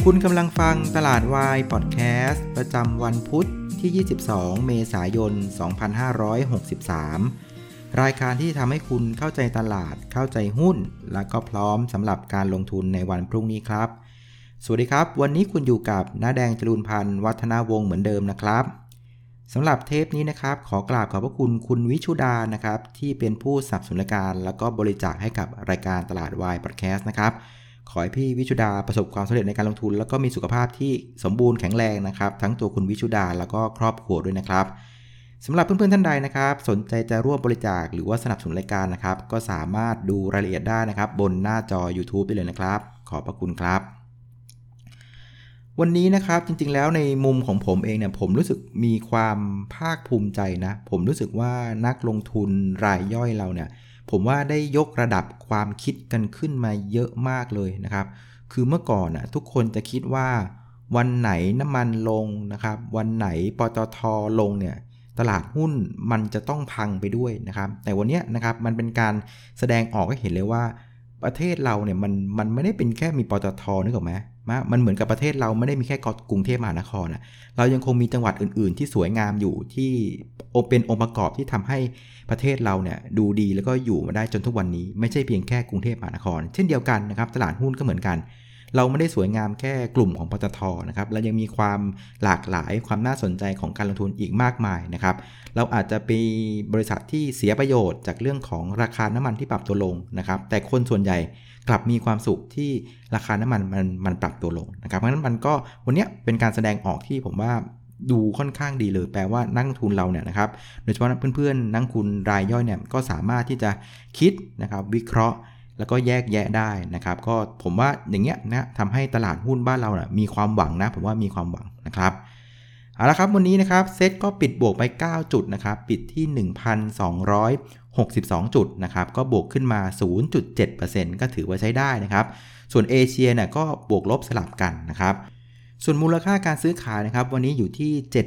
คุณกำลังฟังตลาดวายพอดแคสต์ประจำวันพุธที่22เมษายน2563รายการที่ทำให้คุณเข้าใจตลาดเข้าใจหุ้นและก็พร้อมสำหรับการลงทุนในวันพรุ่งนี้ครับสวัสดีครับวันนี้คุณอยู่กับน้าแดงจรูนพันธ์วัฒนาวงศ์เหมือนเดิมนะครับสำหรับเทปนี้นะครับขอกราบขอบพระคุณคุณวิชุดานะครับที่เป็นผู้สนับสนุนรายการแล้วก็บริจาคให้กับรายการตลาดวายพอดแคสต์นะครับขอให้พี่วิชุดาประสบความสำเร็จในการลงทุนแล้วก็มีสุขภาพที่สมบูรณ์แข็งแรงนะครับทั้งตัวคุณวิชุดาแล้วก็ครอบครัวด้วยนะครับสำหรับเพื่อนๆท่านใดนะครับสนใจจะร่วมบริจาคหรือว่าสนับสนุนรายการนะครับก็สามารถดูรายละเอียดได้นะครับบนหน้าจอ YouTube ได้เลยนะครับขอบพระคุณครับวันนี้นะครับจริงๆแล้วในมุมของผมเองเนี่ยผมรู้สึกมีความภาคภูมิใจนะผมรู้สึกว่านักลงทุนรายย่อยเราเนี่ยผมว่าได้ยกระดับความคิดกันขึ้นมาเยอะมากเลยนะครับคือเมื่อก่อนน่ะทุกคนจะคิดว่าวันไหนน้ำมันลงนะครับวันไหนปตท.ลงเนี่ยตลาดหุ้นมันจะต้องพังไปด้วยนะครับแต่วันนี้นะครับมันเป็นการแสดงออกให้เห็นเลยว่าประเทศเราเนี่ยมันไม่ได้เป็นแค่มีปตท.นึกออกไหมมันเหมือนกับประเทศเราไม่ได้มีแค่กรุงเทพมหานครนะเรายังคงมีจังหวัดอื่นๆที่สวยงามอยู่ที่เป็นองค์ประกอบที่ทำให้ประเทศเราเนี่ยดูดีแล้วก็อยู่มาได้จนทุกวันนี้ไม่ใช่เพียงแค่กรุงเทพมหานครเช่นเดียวกันนะครับตลาดหุ้นก็เหมือนกันเราไม่ได้สวยงามแค่กลุ่มของปตท.นะครับและยังมีความหลากหลายความน่าสนใจของการลงทุนอีกมากมายนะครับเราอาจจะเป็นบริษัทที่เสียประโยชน์จากเรื่องของราคาน้ำมันที่ปรับตัวลงนะครับแต่คนส่วนใหญ่กลับมีความสุขที่ราคาน้ำมันปรับตัวลงนะครับเพราะฉะนั้นมันก็วันนี้เป็นการแสดงออกที่ผมว่าดูค่อนข้างดีเลยแปลว่านักลงทุนเราเนี่ยนะครับโดยเฉพาะเพื่อนๆนักลงทุนรายย่อยเนี่ยก็สามารถที่จะคิดนะครับวิเคราะห์แล้วก็แยกแยะได้นะครับก็ผมว่าอย่างเงี้ยนะทำให้ตลาดหุ้นบ้านเราเนี่ยมีความหวังนะผมว่ามีความหวังนะครับเอาละครับวันนี้นะครับเซ็ตก็ปิดบวกไป9จุดนะครับปิดที่ 1,262 จุดนะครับก็บวกขึ้นมา 0.7% ก็ถือว่าใช้ได้นะครับส่วนเอเชียเนี่ยก็บวกลบสลับกันนะครับส่วนมูลค่าการซื้อขายนะครับวันนี้อยู่ที่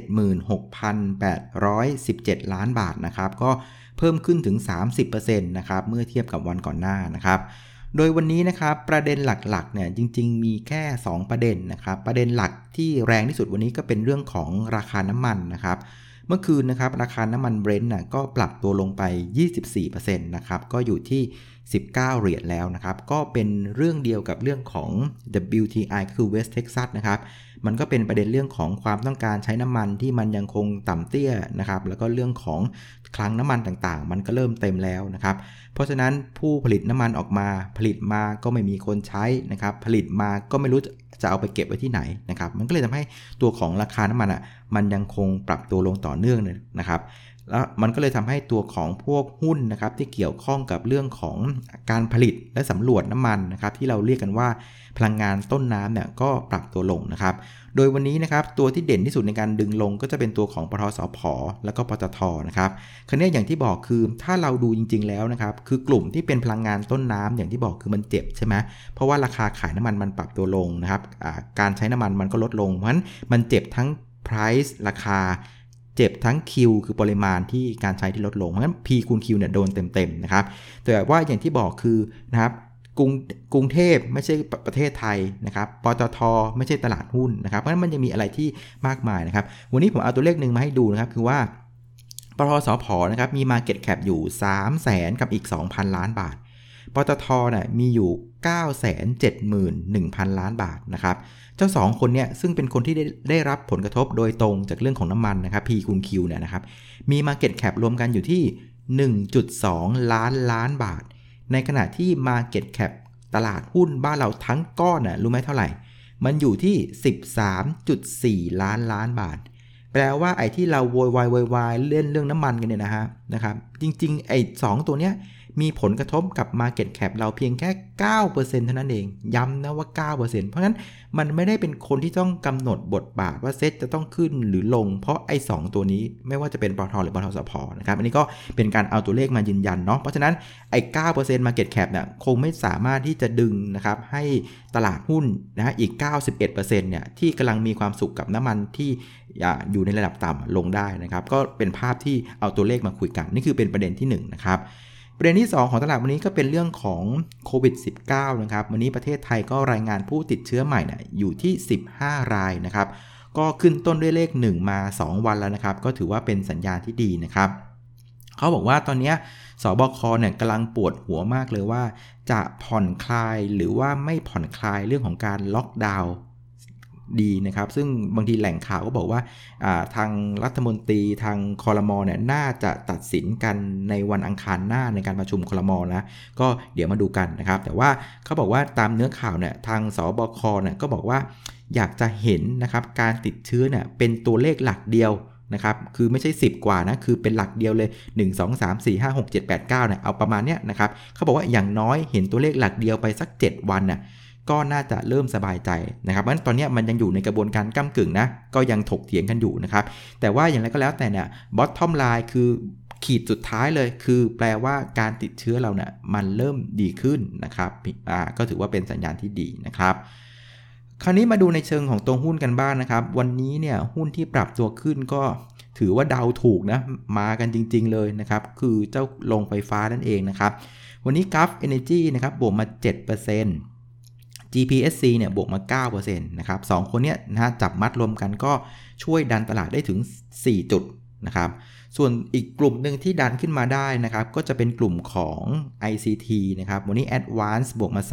76,817 ล้านบาทนะครับก็เพิ่มขึ้นถึง 30% นะครับเมื่อเทียบกับวันก่อนหน้านะครับโดยวันนี้นะครับประเด็นหลักๆเนี่ยจริงๆมีแค่2ประเด็นนะครับประเด็นหลักที่แรงที่สุดวันนี้ก็เป็นเรื่องของราคาน้ำมันนะครับเมื่อคืนนะครับราคาน้ำมันเบรนท์ก็ปรับตัวลงไป 24% นะครับก็อยู่ที่19เหรียญแล้วนะครับก็เป็นเรื่องเดียวกับเรื่องของ WTI คือ West Texas นะครับมันก็เป็นประเด็นเรื่องของความต้องการใช้น้ำมันที่มันยังคงต่ำเตี้ยนะครับแล้วก็เรื่องของคลังน้ำมันต่างๆมันก็เริ่มเต็มแล้วนะครับเพราะฉะนั้นผู้ผลิตน้ำมันออกมาผลิตมาก็ไม่มีคนใช้นะครับผลิตมาก็ไม่รู้จะเอาไปเก็บไว้ที่ไหนนะครับมันก็เลยทำให้ตัวของราคาน้ำมันมันยังคงปรับตัวลงต่อเนื่องนะครับแล้วมันก็เลยทำให้ตัวของพวกหุ้นนะครับที่เกี่ยวข้องกับเรื่องของการผลิตและสำรวจน้ำมันนะครับที่เราเรียกกันว่าพลังงานต้นน้ำเนี่ยก็ปรับตัวลงนะครับโดยวันนี้นะครับตัวที่เด่นที่สุดในการดึงลงก็จะเป็นตัวของปตท.สผ.แล้วก็ปตท.นะครับคราวนี้อย่างที่บอกคือถ้าเราดูจริงๆแล้วนะครับคือกลุ่มที่เป็นพลังงานต้นน้ำอย่างที่บอกคือมันเจ็บใช่ไหมเพราะว่าราคาขายน้ำมันปรับตัวลงนะครับการใช้น้ำมันก็ลดลงเพราะฉะนั้นมันเจ็บทั้ง price ราคาเจ็บทั้ง Q คือปริมาณที่การใช้ที่ลดลงเพราะฉะนั้น P คูณ Q เนี่ยโดนเต็มๆนะครับแต่ว่าอย่างที่บอกคือนะครับกรุงเทพไม่ใช่ประเทศไทยนะครับปตท.ไม่ใช่ตลาดหุ้นนะครับเพราะฉะนั้นมันยังมีอะไรที่มากมายนะครับวันนี้ผมเอาตัวเลขหนึ่งมาให้ดูนะครับคือว่าปตท.สผ.นะครับมี Market Cap อยู่ 300,000 กับอีก 2,000 ล้านบาทปตท.เนี่ยมีอยู่ 971,000 ล้านบาทนะครับเจ้า2คนเนี่ยซึ่งเป็นคนที่ได้รับผลกระทบโดยตรงจากเรื่องของน้ำมันนะครับ P คูณ Q เนี่ยนะครับมี Market Cap รวมกันอยู่ที่ 1.2 ล้านบาทในขณะที่ Market Cap ตลาดหุ้นบ้านเราทั้งก้อนรู้ไหมเท่าไหร่มันอยู่ที่ 13.4 ล้านบาทแปลว่าไอ้ที่เราโวยวายเล่นเรื่องน้ำมันกันเนี่ยนะครับจริงๆไอ้2ตัวเนี้ยมีผลกระทบกับ Market Cap เราเพียงแค่ 9% เท่านั้นเองย้ำนะว่า 9% เพราะฉะนั้นมันไม่ได้เป็นคนที่ต้องกำหนดบทบาทว่าเซ็ตจะต้องขึ้นหรือลงเพราะไอ้2ตัวนี้ไม่ว่าจะเป็นปตท.หรือปตท.สผ.นะครับอันนี้ก็เป็นการเอาตัวเลขมายืนยันเนาะเพราะฉะนั้นไอ้ 9% Market Cap เนี่ยคงไม่สามารถที่จะดึงนะครับให้ตลาดหุ้นนะอีก 91% เนี่ยที่กำลังมีความสุขกับน้ำมันที่อยู่ในระดับต่ำลงได้นะครับก็เป็นภาพที่เอาตัวเลขมาคุยกันนี่คือเป็นประเด็นที่1นะครับประเด็นที่2ของตลาดวันนี้ก็เป็นเรื่องของโควิด -19 นะครับวันนี้ประเทศไทยก็รายงานผู้ติดเชื้อใหม่อยู่ที่15รายนะครับก็ขึ้นต้นด้วยเลข1มา2วันแล้วนะครับก็ถือว่าเป็นสัญญาณที่ดีนะครับเขาบอกว่าตอนนี้สบคเนี่ยกำลังปวดหัวมากเลยว่าจะผ่อนคลายหรือว่าไม่ผ่อนคลายเรื่องของการล็อกดาวน์ดีนะครับซึ่งบางทีแหล่งข่าวก็บอกว่าทางรัฐมนตรีทางครม.เนี่ยน่าจะตัดสินกันในวันอังคารหน้าในการประชุมครม.นะก็เดี๋ยวมาดูกันนะครับแต่ว่าเขาบอกว่าตามเนื้อข่าวเนี่ยทางสบคเนี่ยก็บอกว่าอยากจะเห็นนะครับการติดเชื้อเนี่ยเป็นตัวเลขหลักเดียวนะครับคือไม่ใช่10กว่านะคือเป็นหลักเดียวเลย1 2 3 4 5 6 7 8 9เนี่ยเอาประมาณเนี้ยนะครับเขาบอกว่าอย่างน้อยเห็นตัวเลขหลักเดียวไปสัก7วันน่ะก็น่าจะเริ่มสบายใจนะครับเพราะฉะนั้นตอนนี้มันยังอยู่ในกระบวนการก้ำกึ่งนะก็ยังถกเถียงกันอยู่นะครับแต่ว่าอย่างไรก็แล้วแต่เนี่ย bottom line คือขีดสุดท้ายเลยคือแปลว่าการติดเชื้อเราเนี่ยมันเริ่มดีขึ้นนะครับก็ถือว่าเป็นสัญญาณที่ดีนะครับคราวนี้มาดูในเชิงของตัวหุ้นกันบ้าง นะครับวันนี้เนี่ยหุ้นที่ปรับตัวขึ้นก็ถือว่าเดาถูกนะมากันจริงๆเลยนะครับคือเจ้าโรงไฟฟ้านั่นเองนะครับวันนี้ Gulf Energy นะครับบวกมา 7% GPSC เนี่ยบวกมา 9% นะครับ2คนเนี้ยนะจับมัดรวมกันก็ช่วยดันตลาดได้ถึง4จุดนะครับส่วนอีกกลุ่มหนึ่งที่ดันขึ้นมาได้นะครับก็จะเป็นกลุ่มของ ICT นะครับวันนี้ Advance บวกมา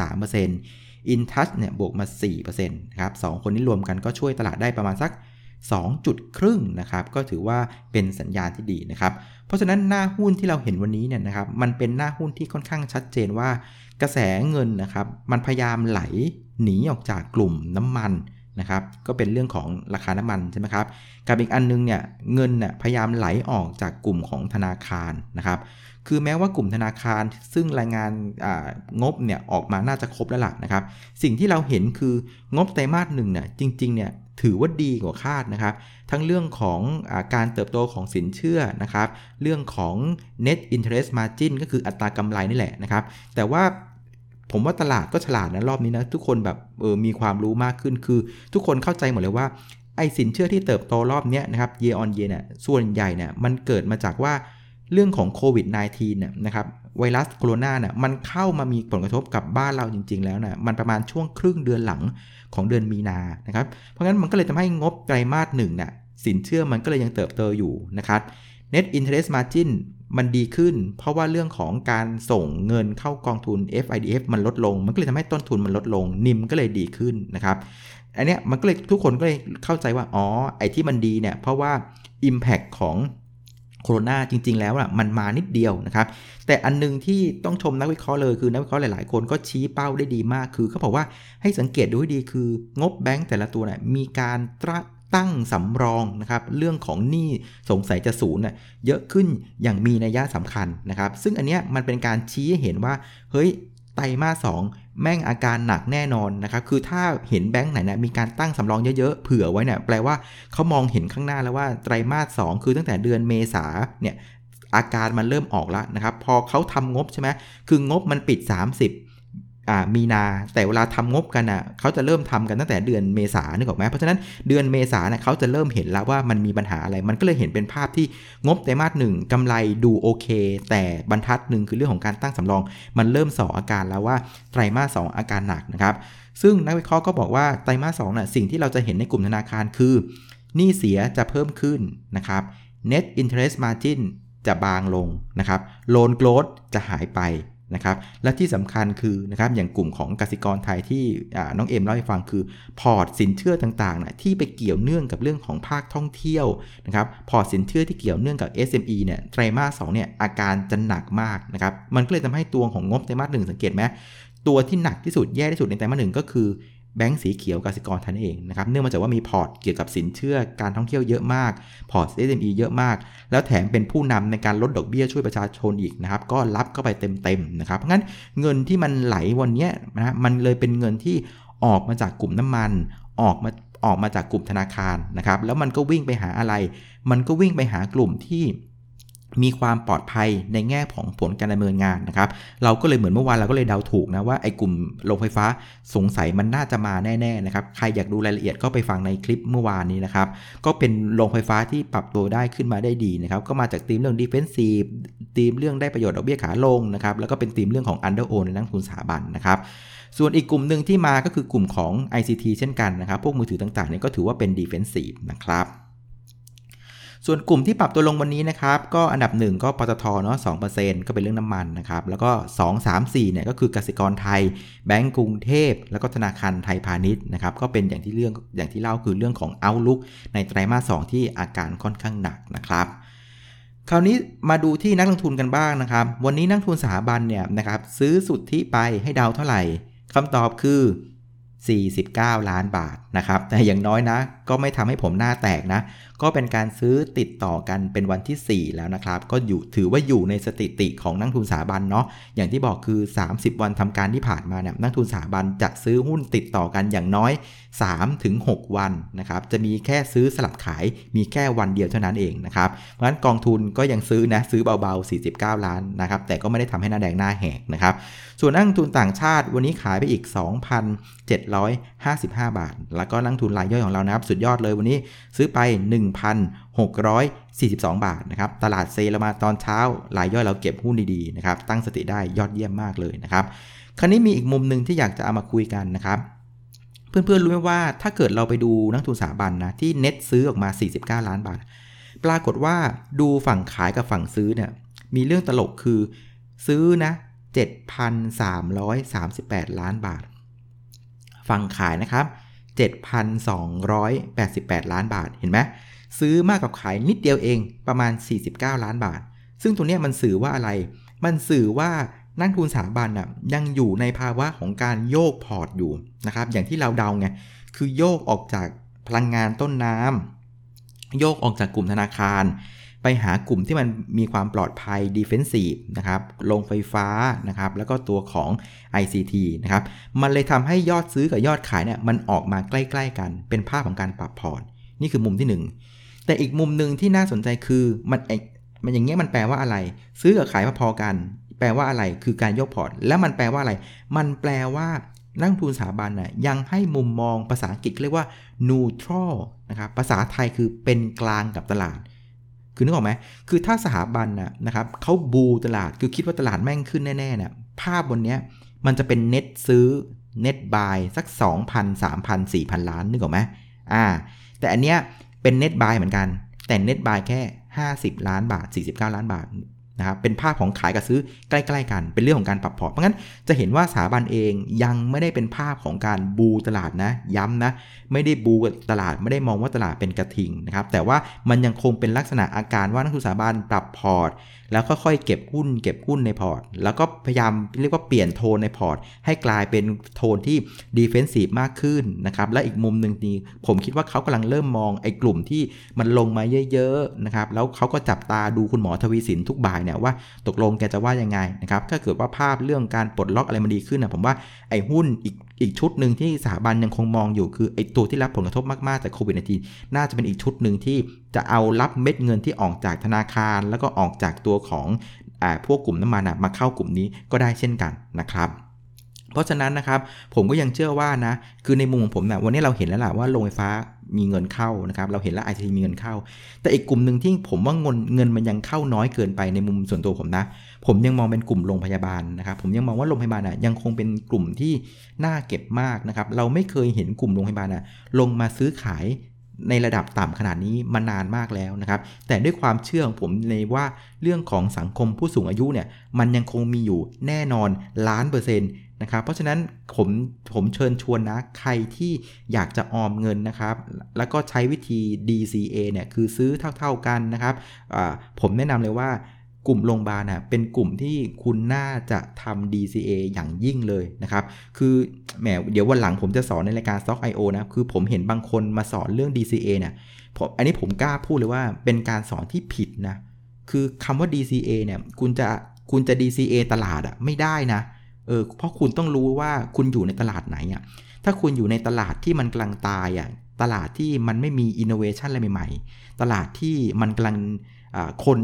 3% InTouch เนี่ยบวกมา 4% นะครับ2คนนี้รวมกันก็ช่วยตลาดได้ประมาณสัก2จุดครึ่งนะครับก็ถือว่าเป็นสัญญาณที่ดีนะครับเพราะฉะนั้นหน้าหุ้นที่เราเห็นวันนี้เนี่ยนะครับมันเป็นหน้าหุ้นที่ค่อนข้างชัดเจนว่ากระแสเงินนะครับมันพยายามไหลหนีออกจากกลุ่มน้ำมันนะครับก็เป็นเรื่องของราคาน้ำมันใช่ไหมครับกับอีกอันนึงเนี่ยเงินเนี่ยพยายามไหลออกจากกลุ่มของธนาคารนะครับคือแม้ว่ากลุ่มธนาคารซึ่งรายงานงบเนี่ยออกมาน่าจะครบแล้วล่ะนะครับสิ่งที่เราเห็นคืองบไตรมาส1เนี่ยจริงๆเนี่ยถือว่าดีกว่าคาดนะครับทั้งเรื่องของการเติบโตของสินเชื่อนะครับเรื่องของ net interest margin ก็คืออัตรากำไรนี่แหละนะครับแต่ว่าผมว่าตลาดก็ฉลาดนะรอบนี้นะทุกคนแบบมีความรู้มากขึ้นคือทุกคนเข้าใจหมดเลยว่าไอ้สินเชื่อที่เติบโตรอบนี้นะครับ year on year เนี่ยส่วนใหญ่เนี่ยมันเกิดมาจากว่าเรื่องของโควิด -19 เนี่ยนะครับไวรัสโคโรนาเนี่ยมันเข้ามามีผลกระทบกับบ้านเราจริงๆแล้วนะมันประมาณช่วงครึ่งเดือนหลังของเดือนมีนานะครับเพราะงั้นมันก็เลยทำให้งบไตรมาส1น่ะสินเชื่อมันก็เลยยังเติบโตอยู่นะครับ net interest margin มันดีขึ้นเพราะว่าเรื่องของการส่งเงินเข้ากองทุน FIDF มันลดลงมันก็เลยทำให้ต้นทุนมันลดลงนิมก็เลยดีขึ้นนะครับอันเนี้ยมันก็เลยทุกคนก็เลยเข้าใจว่าอ๋อไอ้ที่มันดีเนี่ยเพราะว่า impact ของโควิดจริงๆแล้วมันมานิดเดียวนะครับแต่อันนึงที่ต้องชมนักวิเคราะห์เลยคือนักวิเคราะห์หลายๆคนก็ชี้เป้าได้ดีมากคือเขาบอกว่าให้สังเกตดูให้ดีคืองบแบงก์แต่ละตัวเนี่ยมีการตั้งสำรองนะครับเรื่องของหนี้สงสัยจะศูนย์เยอะขึ้นอย่างมีนัยสำคัญนะครับซึ่งอันเนี้ยมันเป็นการชี้ให้เห็นว่าเฮ้ยไตรมาส 2แม่งอาการหนักแน่นอนนะครับคือถ้าเห็นแบงค์ไหนนะมีการตั้งสำรองเยอะๆเผื่อไว้เนี่ยแปลว่าเขามองเห็นข้างหน้าแล้วว่าไตรมาส 2คือตั้งแต่เดือนเมษาเนี่ยอาการมันเริ่มออกแล้วนะครับพอเขาทำงบใช่ไหมคืองบมันปิด30มีนาแต่เวลาทำงบกันเขาจะเริ่มทำกันตั้งแต่เดือนเมษานึกออกไหมเพราะฉะนั้นเดือนเมษาเขาจะเริ่มเห็นแล้วว่ามันมีปัญหาอะไรมันก็เลยเห็นเป็นภาพที่งบไตรมาส 1กำไรดูโอเคแต่บรรทัดหนึ่งคือเรื่องของการตั้งสำรองมันเริ่มส่ออาการแล้วว่าไตรมาส 2อาการหนักนะครับซึ่งนักวิเคราะห์ก็บอกว่าไตรมาส 2สิ่งที่เราจะเห็นในกลุ่มธนาคารคือหนี้เสียจะเพิ่มขึ้นนะครับ net interest margin จะบางลงนะครับ loan growth จะหายไปนะครับและที่สำคัญคือนะครับอย่างกลุ่มของกสิกรไทยที่น้องเอ็มเล่าให้ฟังคือพอร์ตสินเชื่อต่างๆที่ไปเกี่ยวเนื่องกับเรื่องของภาคท่องเที่ยวนะครับพอร์ตสินเชื่อที่เกี่ยวเนื่องกับ SME เนี่ยไตรมาส 2เนี่ยอาการจะหนักมากนะครับมันก็เลยทำให้ตัวของงบไตรมาส 1สังเกตไหมตัวที่หนักที่สุดแย่ที่สุดในไตรมาส 1ก็คือแบงก์สีเขียวกสิกรไทยเองนะครับเนื่องมาจากว่ามีพอร์ตเกี่ยวกับสินเชื่อการท่องเที่ยวเยอะมากพอร์ต SME เยอะมากแล้วแถมเป็นผู้นำในการลดดอกเบี้ยช่วยประชาชนอีกนะครับก็รับเข้าไปเต็มๆนะครับเพราะงั้นเงินที่มันไหลวันนี้นะมันเลยเป็นเงินที่ออกมาจากกลุ่มน้ำมันออกมาจากกลุ่มธนาคารนะครับแล้วมันก็วิ่งไปหาอะไรมันก็วิ่งไปหากลุ่มที่มีความปลอดภัยในแง่ของผลการดำเนินงานนะครับเราก็เลยเหมือนเมื่อวานเราก็เลยเดาถูกนะว่าไอ้กลุ่มโรงไฟฟ้าสงสัยมันน่าจะมาแน่ๆนะครับใครอยากดูรายละเอียดก็ไปฟังในคลิปเมื่อวานนี้นะครับก็เป็นโรงไฟฟ้าที่ปรับตัวได้ขึ้นมาได้ดีนะครับก็มาจากธีมเรื่อง defensive ธีมเรื่องได้ประโยชน์ดอกเบี้ยขาลงนะครับแล้วก็เป็นธีมเรื่องของ under own ในนักลงทุนสถาบันนะครับส่วนอีกกลุ่มหนึ่งที่มาก็คือกลุ่มของ ICT เช่นกันนะครับพวกมือถือต่างๆเนี่ยก็ถือว่าเป็น defensive นะครับส่วนกลุ่มที่ปรับตัวลงวันนี้นะครับก็อันดับ1ก็ปตทเนาะ 2% ก็เป็นเรื่องน้ำมันนะครับแล้วก็2 3 4เนี่ยก็คือกสิกรไทยแบงก์กรุงเทพแล้วก็ธนาคารไทยพาณิชย์นะครับก็เป็นอย่างที่เล่าคือเรื่องของ outlook ในไตรมาส 2ที่อาการค่อนข้างหนักนะครับคราวนี้มาดูที่นักลงทุนกันบ้างนะครับวันนี้นักลงทุนสถาบันเนี่ยนะครับซื้อสุทธิไปให้เดาเท่าไหร่คำตอบคือ49 ล้านบาทนะครับแต่อย่างน้อยนะก็ไม่ทำให้ผมหน้าแตกนะก็เป็นการซื้อติดต่อกันเป็นวันที่4แล้วนะครับก็ถือว่าอยู่ในสถิติของนักทุนสถาบันเนาะอย่างที่บอกคือ30วันทำการที่ผ่านมาเนี่ยนักทุนสถาบันจะซื้อหุ้นติดต่อกันอย่างน้อย 3-6 วันนะครับจะมีแค่ซื้อสลับขายมีแค่วันเดียวเท่านั้นเองนะครับเพราะฉะนั้นกองทุนก็ยังซื้อเบาๆ49 ล้านนะครับแต่ก็ไม่ได้ทำให้หน้าแดงหน้าแหกนะครับส่วนนักลงทุนต่างชาติวันนี้ขายไปอีก 2,755 บาทแล้วก็นักลงทุนรายย่อยของเรานะครับสุดยอดเลยวันนี้ซื้อไป 1,642 บาทนะครับตลาดเซลงมาตอนเช้ารายย่อยเราเก็บหุ้นดีๆนะครับตั้งสติได้ยอดเยี่ยมมากเลยนะครับคราวนี้มีอีกมุมนึงที่อยากจะเอามาคุยกันนะครับเพื่อนๆรู้ไหมว่าถ้าเกิดเราไปดูนักทุนสถาบันนะที่เน็ตซื้อออกมา49 ล้านบาทปรากฏว่าดูฝั่งขายกับฝั่งซื้อเนี่ยมีเรื่องตลกคือซื้อนะ 7,338 ล้านบาทฝั่งขายนะครับ 7,288 ล้านบาทเห็นไหมซื้อมากกับขายนิดเดียวเองประมาณ49 ล้านบาทซึ่งตรงนี้มันสื่อว่าอะไรมันสื่อว่านักทุนสถาบันน่ะยังอยู่ในภาวะของการโยกพอร์ตอยู่นะครับอย่างที่เราเดาไงคือโยกออกจากพลังงานต้นน้ำโยกออกจากกลุ่มธนาคารไปหากลุ่มที่มันมีความปลอดภัย defensive นะครับโรงไฟฟ้านะครับแล้วก็ตัวของ ICT นะครับมันเลยทำให้ยอดซื้อกับยอดขายเนี่ยมันออกมาใกล้ๆกันเป็นภาพของการปรับพอร์ตนี่คือมุมที่1แต่อีกมุมนึงที่น่าสนใจคือมันอย่างเงี้ยมันแปลว่าอะไรซื้อกับขายพอๆกันแปลว่าอะไรคือการยกพอร์ตแล้วมันแปลว่าอะไรมันแปลว่านักลงทุนสถาบันน่ะยังให้มุมมองภาษาอังกฤษเรียกว่า neutral นะครับภาษาไทยคือเป็นกลางกับตลาดคือนึกออกไหมคือถ้าสถาบันนะครับเขาบูตลาดคือคิดว่าตลาดแม่งขึ้นแน่ๆเนี่ยภาพบนนี้มันจะเป็นเน็ตซื้อเน็ตบายสัก 2,000 3,000 4,000 ล้านนึกออกไหมแต่อันเนี้ยเป็นเน็ตบายเหมือนกันแต่เน็ตบายแค่50 ล้านบาท49 ล้านบาทนะครับเป็นภาพของขายกับซื้อใกล้ๆกันเป็นเรื่องของการปรับพอร์ตเพราะงั้นจะเห็นว่าสถาบันเองยังไม่ได้เป็นภาพของการบูตลาดนะย้ำนะไม่ได้บูตลาดไม่ได้มองว่าตลาดเป็นกระทิงนะครับแต่ว่ามันยังคงเป็นลักษณะอาการว่านักทุนสถาบันปรับพอร์ตแล้วค่อยๆเก็บหุ้นในพอร์ตแล้วก็พยายามเรียกว่าเปลี่ยนโทนในพอร์ตให้กลายเป็นโทนที่ defensive มากขึ้นนะครับและอีกมุมนึงนี่ผมคิดว่าเขากำลังเริ่มมองไอ้กลุ่มที่มันลงมาเยอะๆนะครับแล้วเขาก็จับตาดูคุณหมอทวีสินทุกบ่ายเนี่ยว่าตกลงแกจะว่ายังไงนะครับถ้าเกิดว่าภาพเรื่องการปลดล็อกอะไรมันดีขึ้นผมว่าไอ้หุ้นอีกชุดหนึ่งที่สถาบันยังคงมองอยู่คือไอ้ตัวที่รับผลกระทบมากๆจากโควิด-19 น่าจะเป็นอีกชุดหนึ่งที่จะเอารับเม็ดเงินที่ออกจากธนาคารแล้วก็ออกจากตัวของพวกกลุ่มน้ำมันมาเข้ากลุ่มนี้ก็ได้เช่นกันนะครับเพราะฉะนั้นนะครับผมก็ยังเชื่อว่านะคือในมุมของผมนะวันนี้เราเห็นแล้วล่ะว่าโรงไฟฟ้ามีเงินเข้านะครับเราเห็นแล้ว ICT มีเงินเข้าแต่อีกกลุ่มหนึ่งที่ผมว่าเงินมันยังเข้าน้อยเกินไปในมุมส่วนตัวผมนะผมยังมองเป็นกลุ่มโรงพยาบาลนะครับผมยังมองว่าโรงพยาบาลยังคงเป็นกลุ่มที่น่าเก็บมากนะครับเราไม่เคยเห็นกลุ่มโรงพยาบาลลงมาซื้อขายในระดับต่ำขนาดนี้มานานมากแล้วนะครับแต่ด้วยความเชื่อของผมในว่าเรื่องของสังคมผู้สูงอายุเนี่ยมันยังคงมีอยู่แน่นอน1,000,000%นะครับเพราะฉะนั้นผมเชิญชวนนะใครที่อยากจะออมเงินนะครับแล้วก็ใช้วิธี DCA เนี่ยคือซื้อเท่าๆกันนะครับผมแนะนำเลยว่ากลุ่มโรงพยาบาลเป็นกลุ่มที่คุณน่าจะทำ DCA อย่างยิ่งเลยนะครับคือแหมเดี๋ยววันหลังผมจะสอนในรายการ Stock.io นะคือผมเห็นบางคนมาสอนเรื่อง DCA เนี่ยอันนี้ผมกล้าพูดเลยว่าเป็นการสอนที่ผิดนะคือคำว่า DCA เนี่ยคุณจะ DCA ตลาดไม่ได้นะเพราะคุณต้องรู้ว่าคุณอยู่ในตลาดไหนถ้าคุณอยู่ในตลาดที่มันกำลังตายตลาดที่มันไม่มี innovation อะไรใหม่ๆตลาดที่มันกำลังคน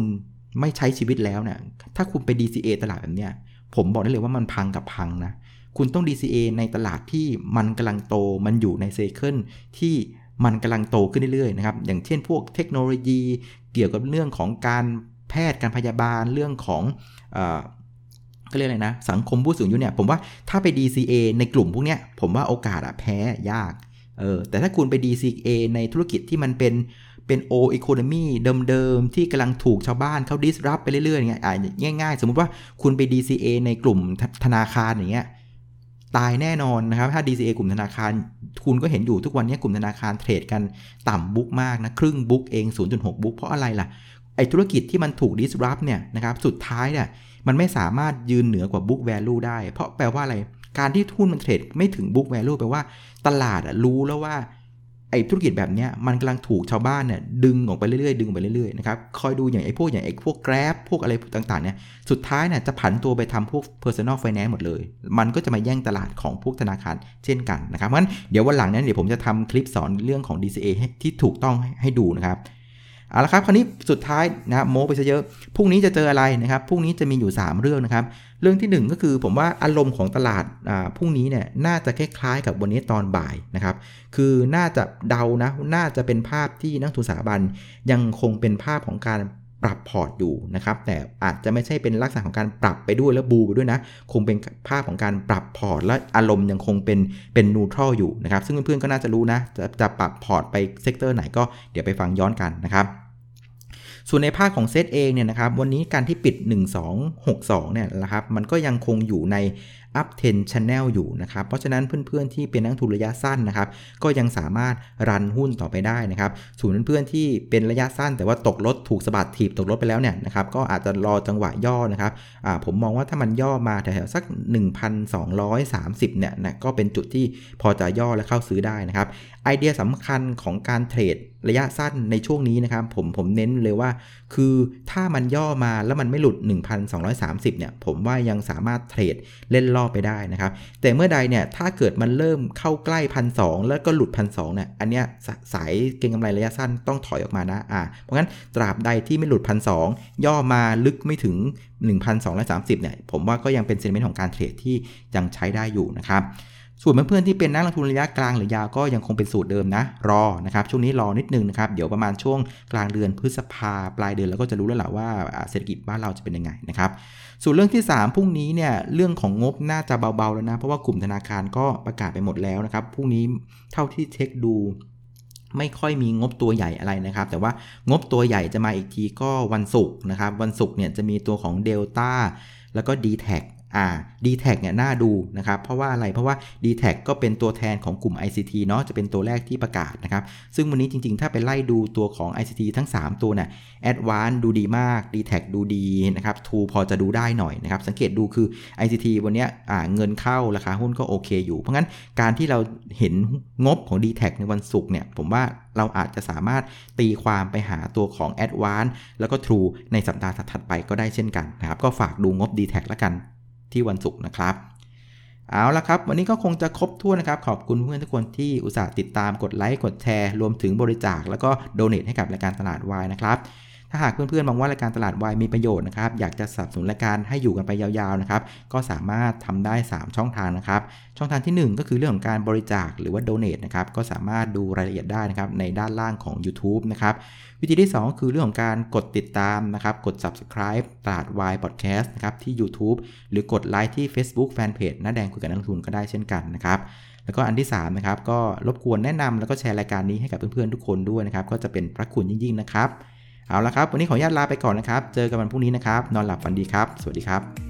ไม่ใช้ชีวิตแล้วเนี่ยถ้าคุณไป DCA ตลาดแบบเนี้ยผมบอกได้เลยว่ามันพังกับพังนะคุณต้อง DCA ในตลาดที่มันกำลังโตมันอยู่ในไซเคิลที่มันกำลังโตขึ้นเรื่อยๆนะครับอย่างเช่นพวกเทคโนโลยีเกี่ยวกับเรื่องของการแพทย์การพยาบาลเรื่องของก็เรียกอะไรนะสังคมผู้สูงอายุเนี่ยผมว่าถ้าไป DCA ในกลุ่มพวกเนี้ยผมว่าโอกาสแพ้ยากแต่ถ้าคุณไป DCA ในธุรกิจที่มันเป็นโออีโคโนมีเดิมๆที่กำลังถูกชาวบ้านเขา disrupt ไปเรื่อยๆอย่างเงี้ยง่ายๆสมมุติว่าคุณไป DCA ในกลุ่มธนาคารอย่างเงี้ยตายแน่นอนนะครับถ้า DCA กลุ่มธนาคารคุณก็เห็นอยู่ทุกวันนี้กลุ่มธนาคารเทรดกันต่ำบุ๊กมากนะครึ่งบุ๊กเอง 0.6 บุ๊กเพราะอะไรล่ะไอ้ธุรกิจที่มันถูก disrupt เนี่ยนะครับสุดท้ายเนี่ยมันไม่สามารถยืนเหนือกว่า book value ได้เพราะแปลว่าอะไรการที่หุ้นมันเทรดไม่ถึง book value แปลว่าตลาดรู้แล้วว่าไอ้ธุรกิจแบบนี้มันกำลังถูกชาวบ้านเนี่ยดึงออกไปเรื่อยๆดึงไปเรื่อยๆนะครับคอยดูอย่างไอ้พวกGrab พวกอะไรต่างๆเนี่ยสุดท้ายเนี่ยจะผันตัวไปทำพวก personal finance หมดเลยมันก็จะมาแย่งตลาดของพวกธนาคารเช่นกันนะครับเพราะฉะนั้นเดี๋ยววันหลังนั้นเดี๋ยวผมจะทำคลิปสอนเรื่องของ DCA ที่ถูกต้องให้ดูนะครับเอาละครับคราวนี้สุดท้ายนะโม้ไปซะเยอะพรุ่งนี้จะเจออะไรนะครับพรุ่งนี้จะมีอยู่3เรื่องนะครับเรื่องที่1ก็คือผมว่าอารมณ์ของตลาดพรุ่งนี้เนี่ยน่าจะคล้ายๆกับวันนี้ตอนบ่ายนะครับคือน่าจะเดานะน่าจะเป็นภาพที่นักทุนสถาบันยังคงเป็นภาพของการปรับพอร์ตอยู่นะครับแต่อาจจะไม่ใช่เป็นลักษณะของการปรับไปด้วยแล้วบูไปด้วยนะคงเป็นภาพของการปรับพอร์ตและอารมณ์ยังคงเป็นนูทรัลอยู่นะครับซึ่งเพื่อนๆก็น่าจะรู้นะจะปรับพอร์ตไปเซกเตอร์ไหนก็เดี๋ยวไปฟังย้อนกันนะครับส่วนในภาคของเซตเองเนี่ยนะครับวันนี้การที่ปิด1262เนี่ยนะครับมันก็ยังคงอยู่ใน up trend channel อยู่นะครับเพราะฉะนั้นเพื่อนๆที่เป็นนักทุนระยะสั้นนะครับก็ยังสามารถรันหุ้นต่อไปได้นะครับส่วนเพื่อนๆที่เป็นระยะสั้นแต่ว่าตกรถถูกสะบัดถีบตกรถไปแล้วเนี่ยนะครับก็อาจจะรอจังหวะย่อนะครับผมมองว่าถ้ามันย่อมาแถวๆสัก 1,230 เนี่ยนะก็เป็นจุดที่พอจะย่อและเข้าซื้อได้นะครับไอเดียสำคัญของการเทรดระยะสั้นในช่วงนี้นะครับผมเน้นเลยว่าคือถ้ามันย่อมาแล้วมันไม่หลุด 1,230 เนี่ยผมว่ายังสามารถเทรดเล่นรอบไปได้นะครับแต่เมื่อใดเนี่ยถ้าเกิดมันเริ่มเข้าใกล้ 1,200 แล้วก็หลุด 1,200 เนี่ยอันเนี้ยสายเก็งกำไรระยะสั้นต้องถอยออกมานะเพราะงั้นตราบใดที่ไม่หลุด 1,200 ย่อมาลึกไม่ถึง 1,230 เนี่ยผมว่าก็ยังเป็นเซนติเมนต์ของการเทรดที่ยังใช้ได้อยู่นะครับส่วนเพื่อนๆที่เป็นนักลงทุนระยะกลางหรือยาวก็ยังคงเป็นสูตรเดิมนะรอนะครับช่วงนี้รอนิดนึงนะครับเดี๋ยวประมาณช่วงกลางเดือนพฤษภาปลายเดือนแล้วก็จะรู้แล้วแหละว่าเศรษฐกิจบ้านเราจะเป็นยังไงนะครับส่วนเรื่องที่3พรุ่งนี้เนี่ยเรื่องของงบน่าจะเบาๆแล้วนะเพราะว่ากลุ่มธนาคารก็ประกาศไปหมดแล้วนะครับพรุ่งนี้เท่าที่เช็คดูไม่ค่อยมีงบตัวใหญ่อะไรนะครับแต่ว่างบตัวใหญ่จะมาอีกทีก็วันศุกร์นะครับวันศุกร์เนี่ยจะมีตัวของ Delta แล้วก็ D-Tag D-Tag เนี่ยน่าดูนะครับเพราะว่าอะไรเพราะว่า D-Tag ก็เป็นตัวแทนของกลุ่ม ICT เนาะจะเป็นตัวแรกที่ประกาศนะครับซึ่งวันนี้จริงๆถ้าไปไล่ดูตัวของ ICT ทั้ง3ตัวเนี่ย Advance ดูดีมาก D-Tag ดูดีนะครับ True พอจะดูได้หน่อยนะครับสังเกตดูคือ ICT วันนี้เงินเข้าราคาหุ้นก็โอเคอยู่เพราะงั้นการที่เราเห็นงบของ D-Tag ในวันศุกร์เนี่ยผมว่าเราอาจจะสามารถตีความไปหาตัวของ Advance แล้วก็ True ในสัปดาห์ถัดไปก็ได้เช่นกันนะครับก็ฝากดูงบ D-Tag ละกันที่วันศุกร์นะครับเอาละครับวันนี้ก็คงจะครบถ้วนนะครับขอบคุณเพื่อนทุกคนที่อุตส่าห์ติดตามกดไลค์กดแชร์รวมถึงบริจาคแล้วก็โดเนทให้กับรายการตลาดวายนะครับถ้าหากเพื่อนๆมองว่ารายการตลาดวายมีประโยชน์นะครับอยากจะสนับสนุนรายการให้อยู่กันไปยาวๆนะครับก็สามารถทำได้3ช่องทางนะครับช่องทางที่1ก็คือเรื่องของการบริจาคหรือว่าโดเนทนะครับก็สามารถดูรายละเอียดได้นะครับในด้านล่างของ YouTube นะครับวิธีที่2คือเรื่องของการกดติดตามนะครับกด Subscribe ตลาดวาย Podcast นะครับที่ YouTube หรือกดไลค์ที่ Facebook Fanpage น้าแดงคุยกับนักลงทุนก็ได้เช่นกันนะครับแล้วก็อันที่3นะครับก็รบกวนแนะนำแล้วก็แชร์รายการนี้ให้กับเพื่อนๆทุกคนด้วยนะครับก็จะเป็นพระคุณยิ่งๆนะครับเอาละครับวันนี้ขออนุญาตลาไปก่อนนะครับเจอกันวันพรุ่งนี้นะครับนอนหลับฝันดีครับสวัสดีครับ